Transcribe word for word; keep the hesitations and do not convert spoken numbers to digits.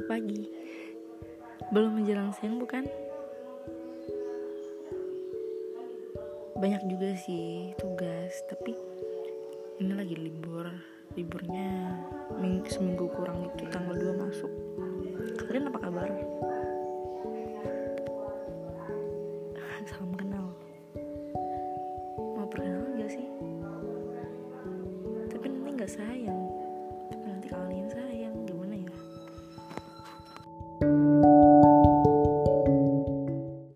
Selamat pagi. Belum menjelang siang bukan? Banyak juga sih tugas, tapi ini lagi libur. Liburnya ming- seminggu kurang gitu, tanggal dua masuk. Kalian apa kabar? Salam kenal. Mau perkenalan gak sih? Tapi nanti gak sayang.